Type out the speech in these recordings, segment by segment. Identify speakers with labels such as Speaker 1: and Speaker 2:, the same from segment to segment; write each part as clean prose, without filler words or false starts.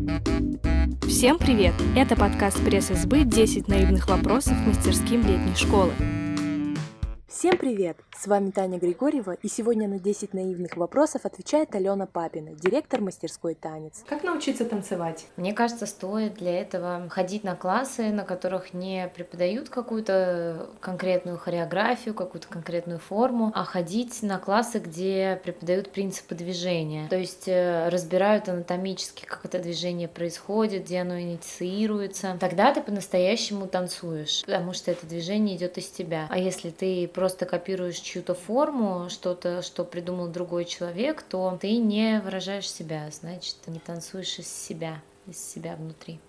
Speaker 1: Всем привет! Это подкаст Пресс-СБ «10 наивных вопросов мастерским летней школы».
Speaker 2: Всем привет! С вами Таня Григорьева, и сегодня на 10 наивных вопросов отвечает Алена Папина, директор мастерской «Танец».
Speaker 3: Как научиться танцевать?
Speaker 4: Мне кажется, стоит для этого ходить на классы, на которых не преподают какую-то конкретную хореографию, какую-то конкретную форму, а ходить на классы, где преподают принципы движения. То есть разбирают анатомически, как это движение происходит, где оно инициируется. Тогда ты по-настоящему танцуешь, потому что это движение идет из тебя. А если ты просто копируешь чью-то форму, что-то, что придумал другой человек, то ты не выражаешь себя, значит, ты не танцуешь из себя внутри.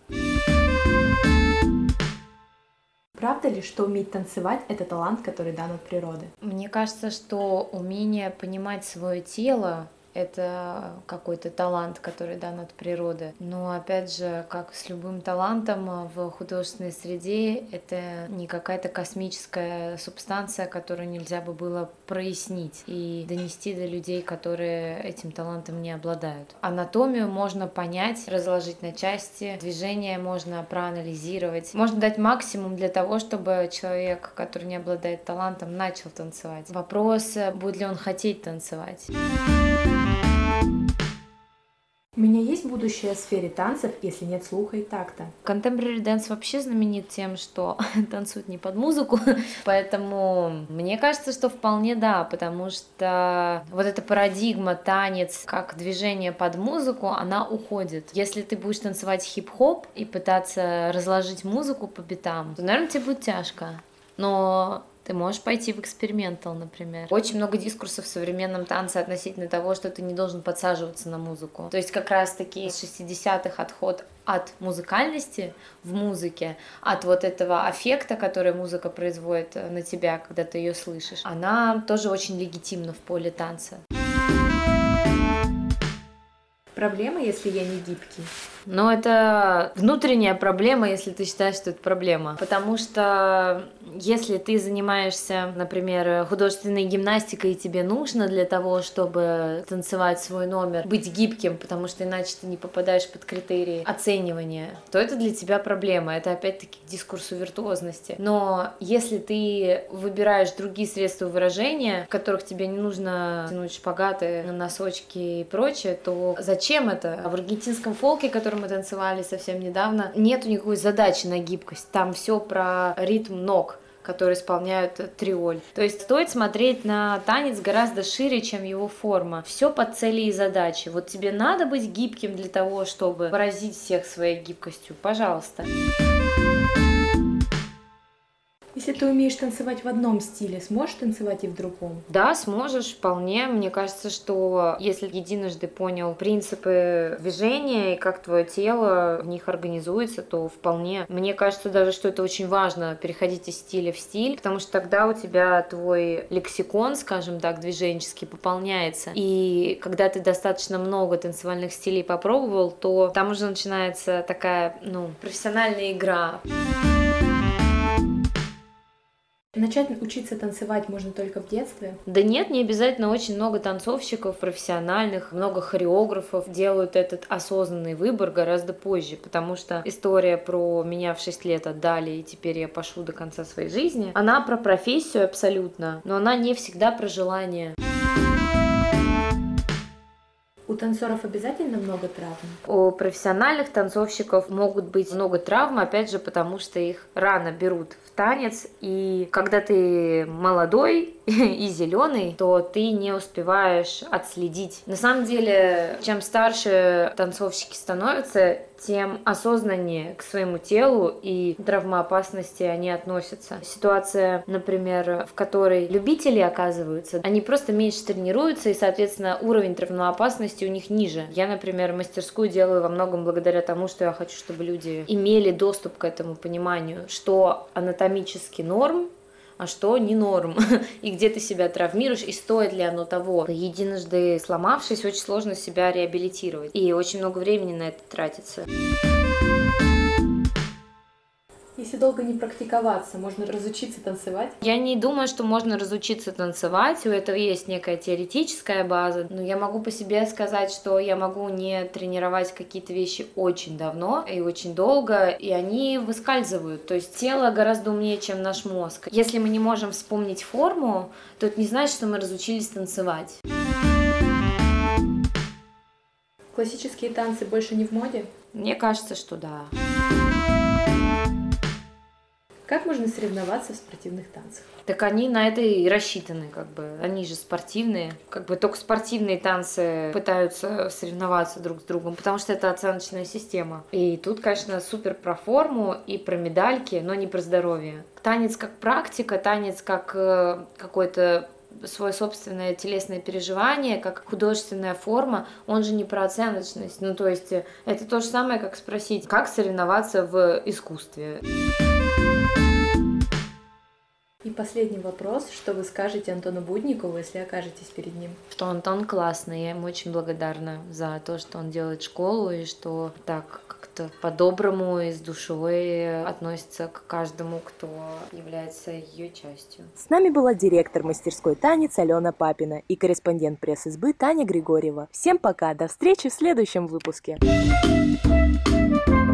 Speaker 3: Правда ли, что уметь танцевать — это талант, который дан от природы?
Speaker 4: Мне кажется, что умение понимать свое тело — это какой-то талант, который дан от природы. Но опять же, как с любым талантом в художественной среде, это не какая-то космическая субстанция, которую нельзя бы было прояснить и донести до людей, которые этим талантом не обладают. Анатомию можно понять, разложить на части, движение можно проанализировать. Можно дать максимум для того, чтобы человек, который не обладает талантом, начал танцевать. Вопрос, будет ли он хотеть танцевать.
Speaker 3: У меня есть будущее в сфере танцев, если нет слуха и такта.
Speaker 4: Contemporary dance вообще знаменит тем, что танцуют не под музыку, поэтому мне кажется, что вполне да, потому что вот эта парадигма танец как движение под музыку, она уходит. Если ты будешь танцевать хип-хоп и пытаться разложить музыку по битам, то, наверное, тебе будет тяжко. Но ты можешь пойти в экспериментал, например. Очень много дискурсов в современном танце относительно того, что ты не должен подсаживаться на музыку. То есть как раз-таки с 60-х отход от музыкальности в музыке, от вот этого аффекта, который музыка производит на тебя, когда ты ее слышишь, она тоже очень легитимна в поле танца.
Speaker 3: Проблема, если я не гибкий?
Speaker 4: Но это внутренняя проблема, если ты считаешь, что это проблема. Потому что если ты занимаешься, например, художественной гимнастикой, и тебе нужно для того, чтобы танцевать свой номер, быть гибким, потому что иначе ты не попадаешь под критерии оценивания, то это для тебя проблема. Это опять-таки к дискурсу виртуозности. Но если ты выбираешь другие средства выражения, в которых тебе не нужно тянуть шпагаты, носочки и прочее, то зачем это? В аргентинском фолке, который мы танцевали совсем недавно, нету никакой задачи на гибкость. Там все про ритм ног, которые исполняют триоль. То есть стоит смотреть на танец гораздо шире, чем его форма. Все под цели и задачи. Вот тебе надо быть гибким для того, чтобы поразить всех своей гибкостью. Пожалуйста.
Speaker 3: Если ты умеешь танцевать в одном стиле, сможешь танцевать и в другом?
Speaker 4: Да, сможешь, вполне. Мне кажется, что если единожды понял принципы движения и как твое тело в них организуется, то вполне. Мне кажется даже, что это очень важно, переходить из стиля в стиль, потому что тогда у тебя твой лексикон, скажем так, движенческий пополняется. И когда ты достаточно много танцевальных стилей попробовал, то там уже начинается такая, профессиональная игра.
Speaker 3: Начать учиться танцевать можно только в детстве?
Speaker 4: Да нет, не обязательно. Очень много танцовщиков профессиональных, много хореографов делают этот осознанный выбор гораздо позже, потому что история про меня в 6 лет отдали, и теперь я пошу до конца своей жизни, она про профессию абсолютно, но она не всегда про желание.
Speaker 3: У танцоров обязательно много травм?
Speaker 4: У профессиональных танцовщиков могут быть много травм, опять же, потому что их рано берут в танец, и когда ты молодой и зеленый, то ты не успеваешь отследить. На самом деле, чем старше танцовщики становятся, тем осознаннее к своему телу и травмоопасности они относятся. Ситуация, например, в которой любители оказываются, они просто меньше тренируются, и, соответственно, уровень травмоопасности у них ниже. Я, например, мастерскую делаю во многом благодаря тому, что я хочу, чтобы люди имели доступ к этому пониманию, что анатомически норм, а что не норм, и где ты себя травмируешь, и стоит ли оно того. Единожды сломавшись, очень сложно себя реабилитировать, и очень много времени на это тратится.
Speaker 3: Если долго не практиковаться, можно разучиться танцевать?
Speaker 4: Я не думаю, что можно разучиться танцевать, у этого есть некая теоретическая база, но я могу по себе сказать, что я могу не тренировать какие-то вещи очень давно и очень долго, и они выскальзывают, то есть тело гораздо умнее, чем наш мозг. Если мы не можем вспомнить форму, то это не значит, что мы разучились танцевать.
Speaker 3: Классические танцы больше не в моде?
Speaker 4: Мне кажется, что да.
Speaker 3: Как можно соревноваться в спортивных танцах?
Speaker 4: Так они на это и рассчитаны, как бы. Они же спортивные. Как бы только спортивные танцы пытаются соревноваться друг с другом, потому что это оценочная система. И тут, конечно, супер про форму и про медальки, но не про здоровье. Танец как практика, танец как какой-то свое собственное телесное переживание, как художественная форма, он же не про оценочность. Ну, то есть это то же самое, как спросить, как соревноваться в искусстве.
Speaker 3: И последний вопрос. Что вы скажете Антону Будникову, если окажетесь перед ним?
Speaker 4: Что Антон классный, я ему очень благодарна за то, что он делает школу и что так как-то по-доброму и с душой относится к каждому, кто является ее частью.
Speaker 2: С нами была директор мастерской «Танец» Алена Папина и корреспондент пресс-избы Таня Григорьева. Всем пока, до встречи в следующем выпуске.